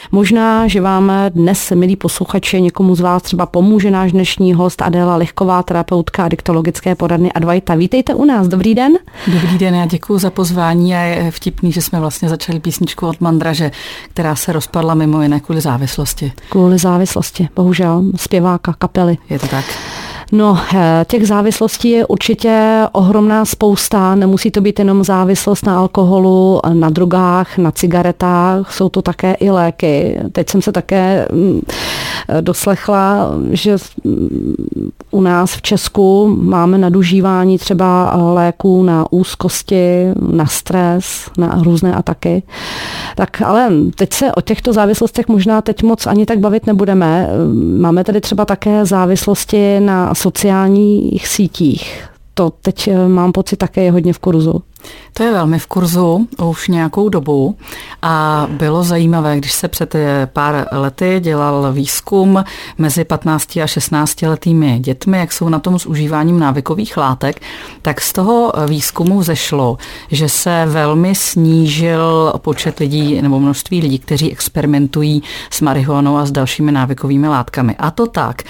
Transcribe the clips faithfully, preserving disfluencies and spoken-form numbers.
Možná, že vám dnes, milí posluchači, někomu z vás třeba pomůže náš dnešní host Adéla Lichková, terapeutka adiktologické poradny Advaita. Vítejte u nás, dobrý den. Dobrý den, já děkuji za pozvání a je vtipný, že jsme vlastně začali písničku od Mandraže, která se rozpadla mimo jiné kvůli závislosti. Kvůli závislosti, bohužel, zpěváka, kapely. Je to tak. No, těch závislostí je určitě ohromná spousta. Nemusí to být jenom závislost na alkoholu, na drogách, na cigaretách. Jsou to také i léky. Teď jsem se také doslechla, že u nás v Česku máme nadužívání třeba léků na úzkosti, na stres, na různé ataky. Tak ale teď se o těchto závislostech možná teď moc ani tak bavit nebudeme. Máme tady třeba také závislosti na sociálních sítích. To teď mám pocit také je hodně v kurzu. To je velmi v kurzu už nějakou dobu a bylo zajímavé, když se před pár lety dělal výzkum mezi patnácti a šestnácti letými dětmi, jak jsou na tom s užíváním návykových látek, tak z toho výzkumu vzešlo, že se velmi snížil počet lidí nebo množství lidí, kteří experimentují s marihuanou a s dalšími návykovými látkami. A to tak,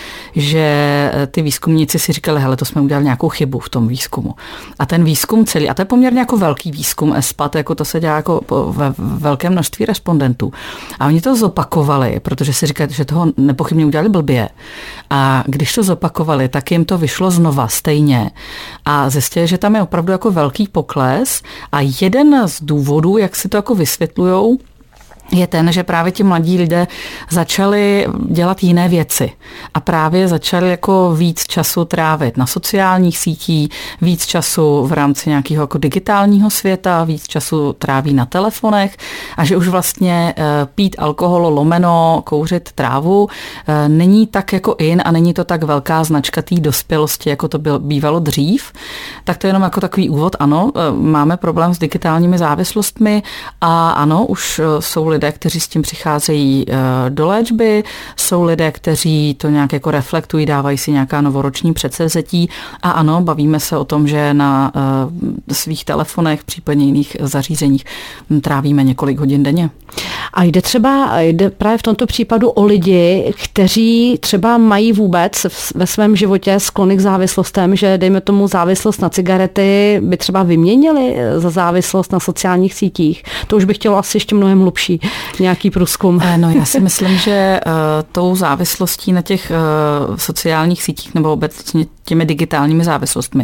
že ty výzkumníci si říkali, hele, to jsme udělali nějakou chybu v tom výzkumu. A ten výzkum celý, a to je poměrně jako velký výzkum E S P A T, jako to se dělá jako ve velkém množství respondentů. A oni to zopakovali, protože si říkají, že toho nepochybně udělali blbě. A když to zopakovali, tak jim to vyšlo znova stejně. A zjistili, že tam je opravdu jako velký pokles. A jeden z důvodů, jak si to jako vysvětlujou, je ten, že právě ti mladí lidé začali dělat jiné věci a právě začali jako víc času trávit na sociálních sítích, víc času v rámci nějakého jako digitálního světa, víc času tráví na telefonech a že už vlastně pít alkohol lomeno, kouřit trávu není tak jako in a není to tak velká značka té dospělosti, jako to bylo, bývalo dřív. Tak to je jenom jako takový úvod. Ano, máme problém s digitálními závislostmi a ano, už jsou lidé, kteří s tím přicházejí do léčby, jsou lidé, kteří to nějak jako reflektují, dávají si nějaká novoroční předsevzetí a ano, bavíme se o tom, že na svých telefonech, případně jiných zařízeních trávíme několik hodin denně. A jde třeba, jde právě v tomto případu o lidi, kteří třeba mají vůbec ve svém životě sklony k závislostem, že dejme tomu závislost na cigarety by třeba vyměnili za závislost na sociálních sítích. To už by chtělo asi ještě mnohem hlubší nějaký průzkum. No já si myslím, že uh, tou závislostí na těch uh, sociálních sítích nebo obecně těmi digitálními závislostmi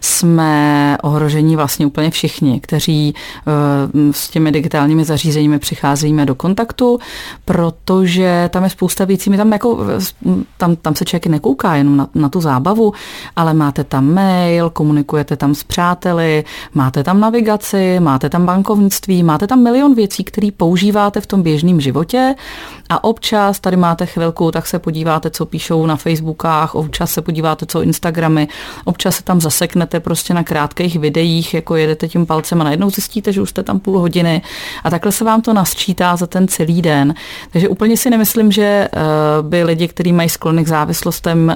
jsme ohrožení vlastně úplně všichni, kteří uh, s těmi digitálními zařízeními přicházíme do kontaktu, protože tam je spousta věcí, my tam, jako, tam, tam se člověk nekouká jenom na, na tu zábavu, ale máte tam mail, komunikujete tam s přáteli, máte tam navigaci, máte tam bankovnictví, máte tam milion věcí, které používáte v tom běžném životě a občas tady máte chvilku, tak se podíváte, co píšou na Facebookách, občas se podíváte, co Instagramy, občas se tam zaseknete prostě na krátkých videích, jako jedete tím palcem a najednou zjistíte, že už jste tam půl hodiny a takhle se vám to nasčítá za ten celý den. Takže úplně si nemyslím, že by lidi, kteří mají sklony k závislostem,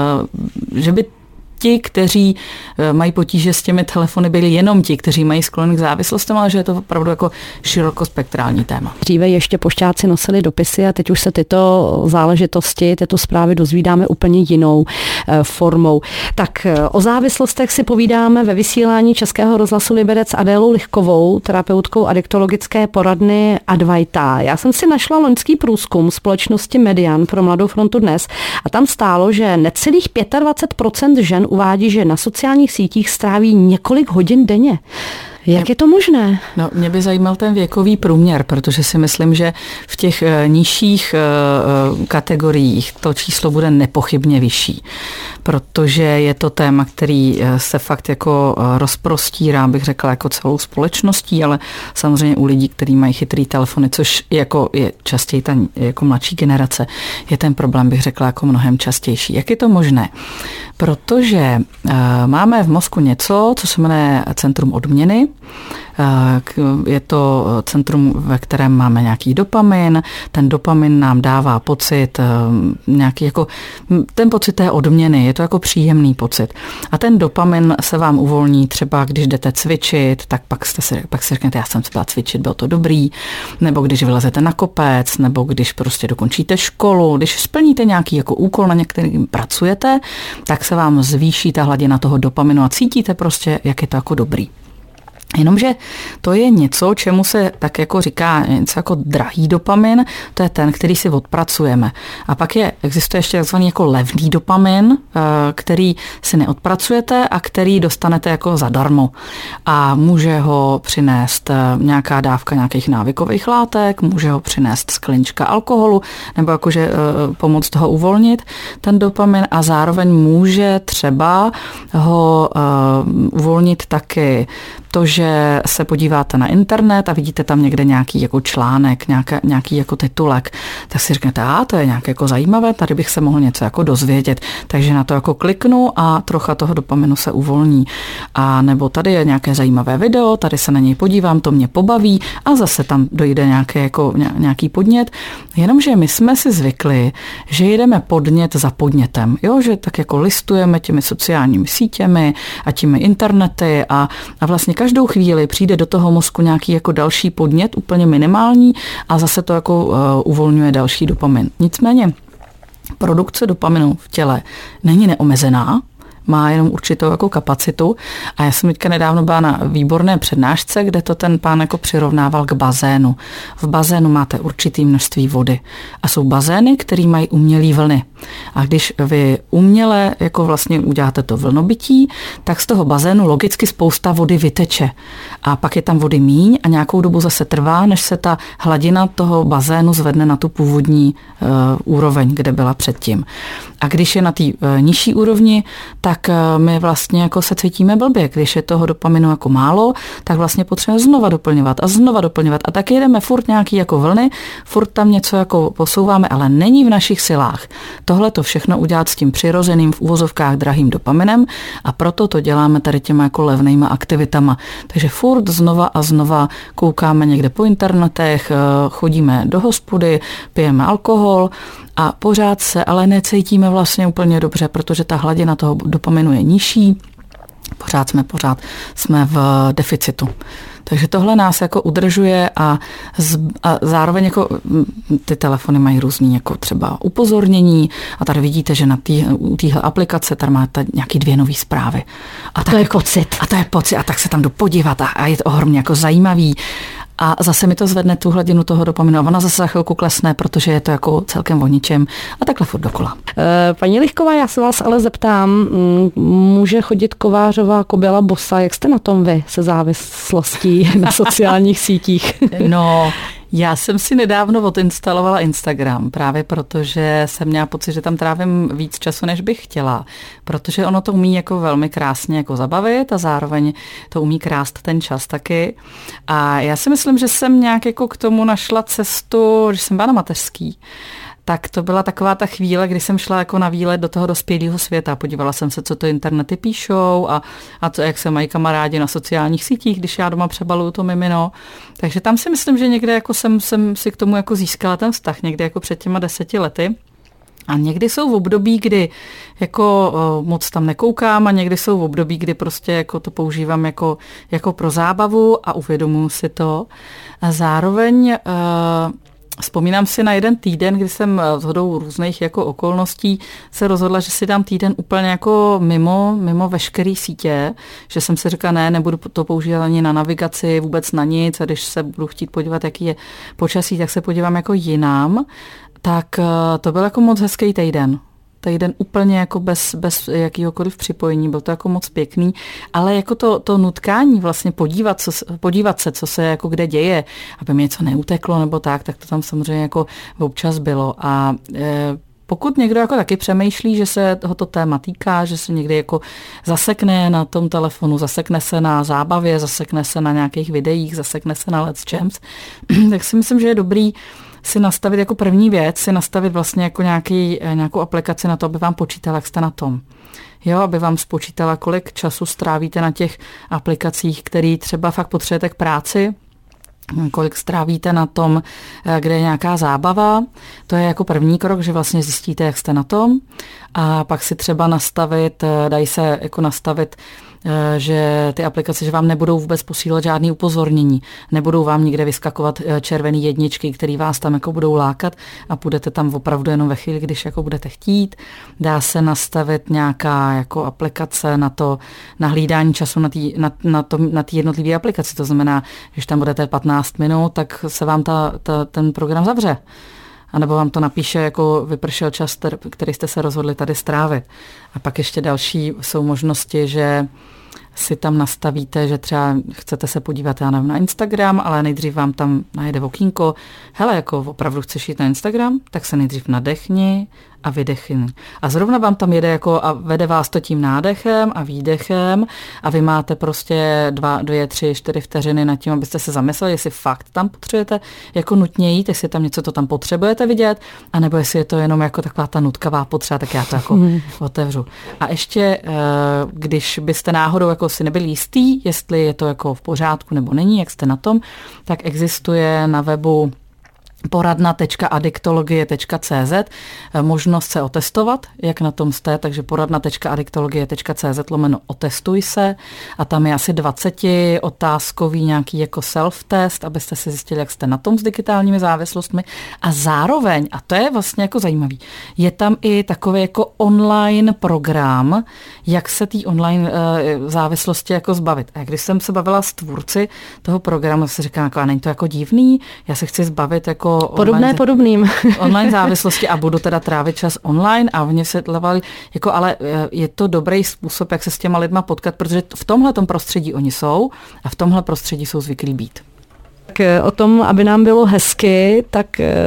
že by ti, kteří mají potíže s těmi telefony, byli jenom ti, kteří mají sklony k závislostem, ale že je to opravdu jako širokospektrální téma. Dříve ještě pošťáci nosili dopisy a teď už se tyto záležitosti, tyto zprávy dozvídáme úplně jinou formou. Tak o závislostech si povídáme ve vysílání Českého rozhlasu Liberec s Adélou Lichkovou, terapeutkou adiktologické poradny Advaita. Já jsem si našla loňský průzkum společnosti Median pro Mladou frontu Dnes a tam stálo, že necelých dvacet pět procent žen uvádí, že na sociálních sítích stráví několik hodin denně. Jak je to možné? No, mě by zajímal ten věkový průměr, protože si myslím, že v těch nižších kategoriích to číslo bude nepochybně vyšší, protože je to téma, který se fakt jako rozprostírá, bych řekla, jako celou společností, ale samozřejmě u lidí, kteří mají chytrý telefony, což jako je častěji ta jako mladší generace, je ten problém, bych řekla, jako mnohem častější. Jak je to možné? Protože máme v mozku něco, co se jmenuje centrum odměny, Je to centrum, ve kterém máme nějaký dopamin. Ten dopamin nám dává pocit, nějaký jako, ten pocit té odměny, je to jako příjemný pocit. A ten dopamin se vám uvolní třeba, když jdete cvičit, tak pak, jste si, pak si řeknete, já jsem se byla cvičit, bylo to dobrý, nebo když vylezete na kopec, nebo když prostě dokončíte školu, když splníte nějaký jako úkol, na některým pracujete, tak se vám zvýší ta hladina toho dopaminu a cítíte prostě, jak je to jako dobrý. Jenomže to je něco, čemu se tak jako říká něco jako drahý dopamin, to je ten, který si odpracujeme. A pak je, existuje ještě takzvaný jako levný dopamin, který si neodpracujete a který dostanete jako zadarmo. A může ho přinést nějaká dávka nějakých návykových látek, může ho přinést sklenička alkoholu, nebo jakože pomoct toho uvolnit ten dopamin a zároveň může třeba ho uvolnit taky to, že se podíváte na internet a vidíte tam někde nějaký jako článek, nějaký, nějaký jako titulek, tak si řeknete, a to je nějaké jako zajímavé, tady bych se mohl něco jako dozvědět, takže na to jako kliknu a trocha toho dopaminu se uvolní. A nebo tady je nějaké zajímavé video, tady se na něj podívám, to mě pobaví a zase tam dojde nějaký, jako, nějaký podnět. Jenomže my jsme si zvykli, že jdeme podnět za podnětem, jo? Že tak jako listujeme těmi sociálními sítěmi a těmi internety a, a vlastně každou chvíli přijde do toho mozku nějaký jako další podnět, úplně minimální a zase to jako uh, uvolňuje další dopamin. Nicméně produkce dopaminu v těle není neomezená, má jenom určitou jako kapacitu a já jsem teďka nedávno byla na výborné přednášce, kde to ten pán jako přirovnával k bazénu. V bazénu máte určitý množství vody a jsou bazény, které mají umělé vlny. A když vy uměle jako vlastně uděláte to vlnobytí, tak z toho bazénu logicky spousta vody vyteče. A pak je tam vody míň a nějakou dobu zase trvá, než se ta hladina toho bazénu zvedne na tu původní uh, úroveň, kde byla předtím. A když je na té uh, nižší úrovni, tak my vlastně jako se cítíme blbě. Když je toho dopaminu jako málo, tak vlastně potřebujeme znova doplňovat a znova doplňovat. A tak jedeme furt nějaký jako vlny, furt tam něco jako posouváme, ale není v našich silách tohle to všechno udělat s tím přirozeným v uvozovkách drahým dopaminem a proto to děláme tady těma jako levnejma aktivitama. Takže furt znova a znova koukáme někde po internetech, chodíme do hospody, pijeme alkohol a pořád se ale necítíme vlastně úplně dobře, protože ta hladina toho dopaminu je nižší, pořád jsme, pořád jsme v deficitu. Takže tohle nás jako udržuje a, z, a zároveň jako ty telefony mají různý jako třeba upozornění a tady vidíte, že na tý, u téhle aplikace tady máte nějaký dvě nový zprávy. A to je pocit. A to je pocit a tak se tam jdu podívat a, a je to ohromně jako zajímavý. A zase mi to zvedne tu hladinu toho dopaminu a ona zase za chvilku klesne, protože je to jako celkem o ničem a takhle furt dokola. Paní Lichková, já se vás ale zeptám, může chodit kovářová kobyla bosa, jak jste na tom vy se závislostí na sociálních sítích? No, já jsem si nedávno odinstalovala Instagram, právě protože jsem měla pocit, že tam trávím víc času, než bych chtěla, protože ono to umí jako velmi krásně jako zabavit a zároveň to umí krást ten čas taky. A já si myslím, že jsem nějak jako k tomu našla cestu, když jsem byla na mateřský. Tak to byla taková ta chvíle, kdy jsem šla jako na výlet do toho dospělého světa. Podívala jsem se, co to internety píšou a, a co, jak se mají kamarádi na sociálních sítích, když já doma přebaluju to mimino. Takže tam si myslím, že někde jako jsem, jsem si k tomu jako získala ten vztah, někde jako před těma deseti lety. A někdy jsou v období, kdy jako moc tam nekoukám a někdy jsou v období, kdy prostě jako to používám jako, jako pro zábavu a uvědomuji si to. A zároveň uh, vzpomínám si na jeden týden, kdy jsem shodou různých jako okolností se rozhodla, že si dám týden úplně jako mimo, mimo veškerý sítě, že jsem si řekla, ne, nebudu to používat ani na navigaci, vůbec na nic a když se budu chtít podívat, jaký je počasí, tak se podívám jako jinam. Tak to byl jako moc hezký týden. Týden úplně jako bez, bez jakýhokoliv připojení, byl to jako moc pěkný, ale jako to, to nutkání vlastně podívat, co, podívat se, co se jako kde děje, aby mi něco neuteklo nebo tak, tak to tam samozřejmě jako občas bylo a e, pokud někdo jako taky přemýšlí, že se tohoto téma týká, že se někdy jako zasekne na tom telefonu, zasekne se na zábavě, zasekne se na nějakých videích, zasekne se na Let's Champs, tak si myslím, že je dobrý si nastavit jako první věc, si nastavit vlastně jako nějaký, nějakou aplikaci na to, aby vám počítala, jak jste na tom. Jo, aby vám spočítala, kolik času strávíte na těch aplikacích, který třeba fakt potřebujete k práci, kolik strávíte na tom, kde je nějaká zábava. To je jako první krok, že vlastně zjistíte, jak jste na tom. A pak si třeba nastavit, dají se jako nastavit, že ty aplikace, že vám nebudou vůbec posílat žádný upozornění, nebudou vám nikde vyskakovat červený jedničky, které vás tam jako budou lákat a budete tam opravdu jenom ve chvíli, když jako budete chtít. Dá se nastavit nějaká jako aplikace na to, na hlídání času na té na, na na jednotlivé aplikaci. To znamená, když tam budete patnáct minut, tak se vám ta, ta, ten program zavře. A nebo vám to napíše, jako vypršel čas, který jste se rozhodli tady strávit. A pak ještě další jsou možnosti, že si tam nastavíte, že třeba chcete se podívat, já nevím, na Instagram, ale nejdřív vám tam najede okýnko. Hele, jako opravdu chceš jít na Instagram, tak se nejdřív nadechni a vydechni. A zrovna vám tam jede jako a vede vás to tím nádechem a výdechem a vy máte prostě dva, dvě, tři, čtyři vteřiny nad tím, abyste se zamysleli, jestli fakt tam potřebujete jako nutně jít, jestli tam něco to tam potřebujete vidět, anebo jestli je to jenom jako taková ta nutkavá potřeba, tak já to jako otevřu. A ještě, když byste náhodou jako si nebyli jistý, jestli je to jako v pořádku nebo není, jak jste na tom, tak existuje na webu poradna tečka adiktologie tečka cé zet možnost se otestovat, jak na tom jste, takže poradna tečka adiktologie tečka cé zet lomeno otestuj se a tam je asi dvacet otázkový nějaký jako self-test, abyste si zjistili, jak jste na tom s digitálními závislostmi a zároveň, a to je vlastně jako zajímavý, je tam i takový jako online program, jak se té online uh, závislosti jako zbavit. A když jsem se bavila s tvůrci toho programu, se říkám, jako, a není to jako divný, já se chci zbavit jako Podobné online, podobným. online závislosti a budu teda trávit čas online a oni se tlavali, jako ale je to dobrý způsob, jak se s těma lidma potkat, protože v tomhletom prostředí oni jsou a v tomhle prostředí jsou zvyklí být. O tom, aby nám bylo hezky, tak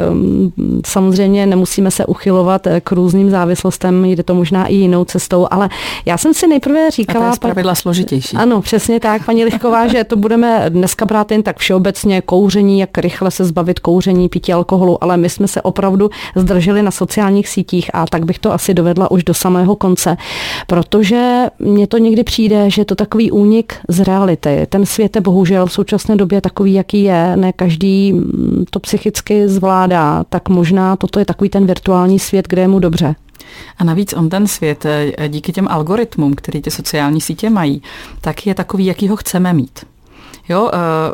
samozřejmě nemusíme se uchylovat k různým závislostem, jde to možná i jinou cestou, ale já jsem si nejprve říkala... A to je zpravidla složitější. Ano, přesně tak, paní Lichková, že to budeme dneska brát jen tak všeobecně kouření, jak rychle se zbavit kouření, pití alkoholu, ale my jsme se opravdu zdrželi na sociálních sítích a tak bych to asi dovedla už do samého konce, protože mně to někdy přijde, že je to takový únik z reality. Ten svět je bohužel v současné době takový, jaký je. Ne každý to psychicky zvládá, tak možná toto je takový ten virtuální svět, kde je mu dobře. A navíc on ten svět díky těm algoritmům, který ty sociální sítě mají, tak je takový, jaký ho chceme mít. Jo,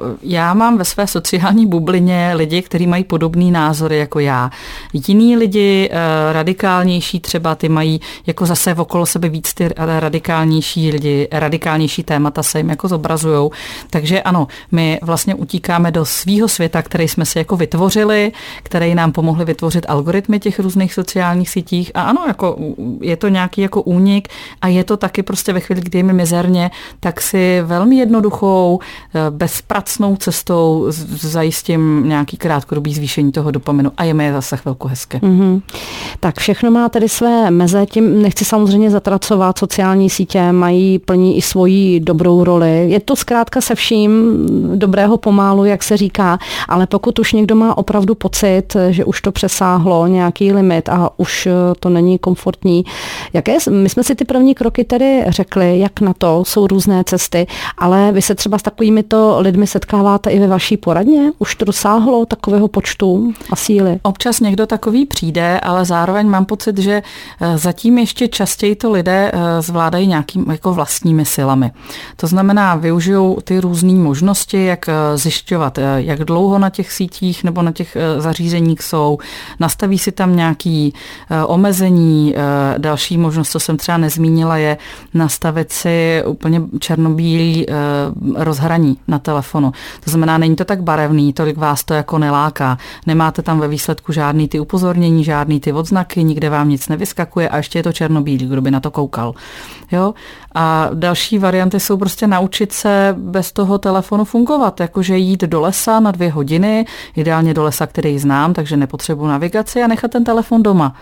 já mám ve své sociální bublině lidi, kteří mají podobný názory jako já. Jiní lidi, radikálnější třeba, ty mají jako zase okolo sebe víc ty radikálnější lidi, radikálnější témata se jim jako zobrazujou. Takže ano, my vlastně utíkáme do svýho světa, který jsme si jako vytvořili, který nám pomohli vytvořit algoritmy těch různých sociálních sítích a ano, jako je to nějaký jako únik a je to taky prostě ve chvíli, kdy je mi mizerně, tak si velmi jednoduchou bezpracnou cestou zajistím nějaký krátkodobý zvýšení toho dopaminu a je mi zase chvilku hezky. Mm-hmm. Tak všechno má tedy své meze, tím nechci samozřejmě zatracovat, sociální sítě mají, plní i svoji dobrou roli. Je to zkrátka se vším dobrého pomálu, jak se říká, ale pokud už někdo má opravdu pocit, že už to přesáhlo nějaký limit a už to není komfortní, jaké, my jsme si ty první kroky tedy řekli, jak na to, jsou různé cesty, ale vy se třeba s takovými to lidmi setkáváte i ve vaší poradně? Už to dosáhlo takového počtu a síly? Občas někdo takový přijde, ale zároveň mám pocit, že zatím ještě častěji to lidé zvládají nějakým jako vlastními silami. To znamená, využijou ty různé možnosti, jak zjišťovat, jak dlouho na těch sítích nebo na těch zařízeních jsou, nastaví si tam nějaký omezení. Další možnost, co jsem třeba nezmínila, je nastavit si úplně černobílý rozhraní na telefonu. To znamená, není to tak barevný, tolik vás to jako neláká. Nemáte tam ve výsledku žádný ty upozornění, žádný ty odznaky, nikde vám nic nevyskakuje a ještě je to černobílý, kdo by na to koukal. Jo? A další varianty jsou prostě naučit se bez toho telefonu fungovat, jakože jít do lesa na dvě hodiny, ideálně do lesa, který znám, takže nepotřebuji navigaci a nechat ten telefon doma.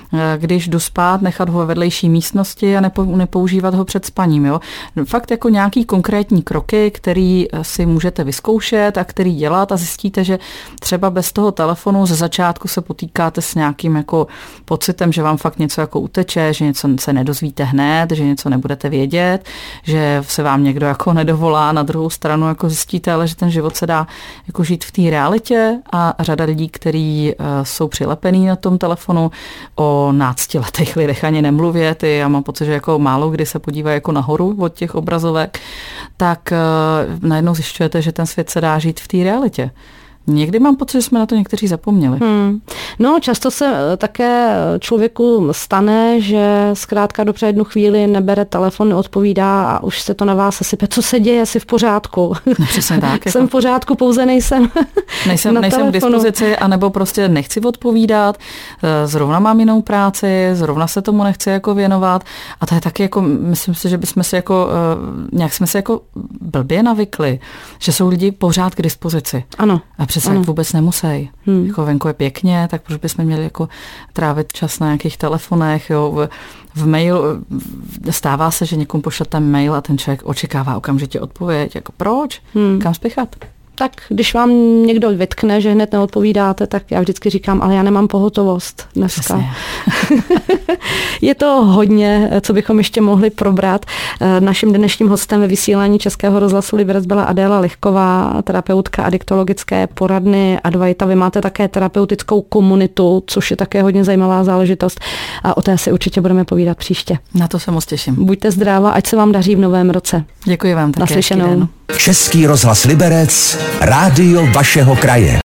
Když jdu spát, nechat ho ve vedlejší místnosti a nepo, nepoužívat ho před spaním. Jo? Fakt jako nějaký konkrétní kroky, který si můžete vyzkoušet a který dělat a zjistíte, že třeba bez toho telefonu ze začátku se potýkáte s nějakým jako pocitem, že vám fakt něco jako uteče, že něco se nedozvíte hned, že něco nebudete vědět, že se vám někdo jako nedovolá. Na druhou stranu jako zjistíte, ale že ten život se dá jako žít v té realitě a řada lidí, kteří uh, jsou přilepený na tom telefonu, o náctiletých lidech ani nemluvě, ty já mám pocit, že jako málo kdy se podívají jako nahoru od těch obrazovek, tak uh, najednou zjišťujete, že ten svět se dá žít v té realitě. Někdy mám pocit, že jsme na to někteří zapomněli. Hmm. No, často se také člověku stane, že zkrátka dobře jednu chvíli nebere telefon, neodpovídá a už se to na vás sesype. Co se děje, jsi v pořádku? No, přesně tak. Jsem v pořádku, pouze nejsem Nejsem, na nejsem k dispozici, anebo prostě nechci odpovídat, zrovna mám jinou práci, zrovna se tomu nechci jako věnovat. A to je taky jako, myslím si, že bychom si jako, nějak jsme se jako blbě navykli, že jsou lidi pořád k dispozici. Ano. A přece jak vůbec nemusí. Hmm. Jako venku je pěkně, tak proč bychom měli jako trávit čas na nějakých telefonech, jo, v, v mail, stává se, že někomu pošlete mail a ten člověk očekává okamžitě odpověď, jako proč? Hmm. Kam spěchat? Tak když vám někdo vytkne, že hned neodpovídáte, tak já vždycky říkám, ale já nemám pohotovost dneska. Je to hodně, co bychom ještě mohli probrat. Naším dnešním hostem ve vysílání Českého rozhlasu Liberec byla Adéla Lichková, terapeutka adiktologické poradny Advaita. Vy máte také terapeutickou komunitu, což je také hodně zajímavá záležitost a o té si určitě budeme povídat příště. Na to se moc těším. Buďte zdráva, ať se vám daří v novém roce. Děkuji vám také. Naslyšenou. Český rozhlas Liberec, rádio vašeho kraje.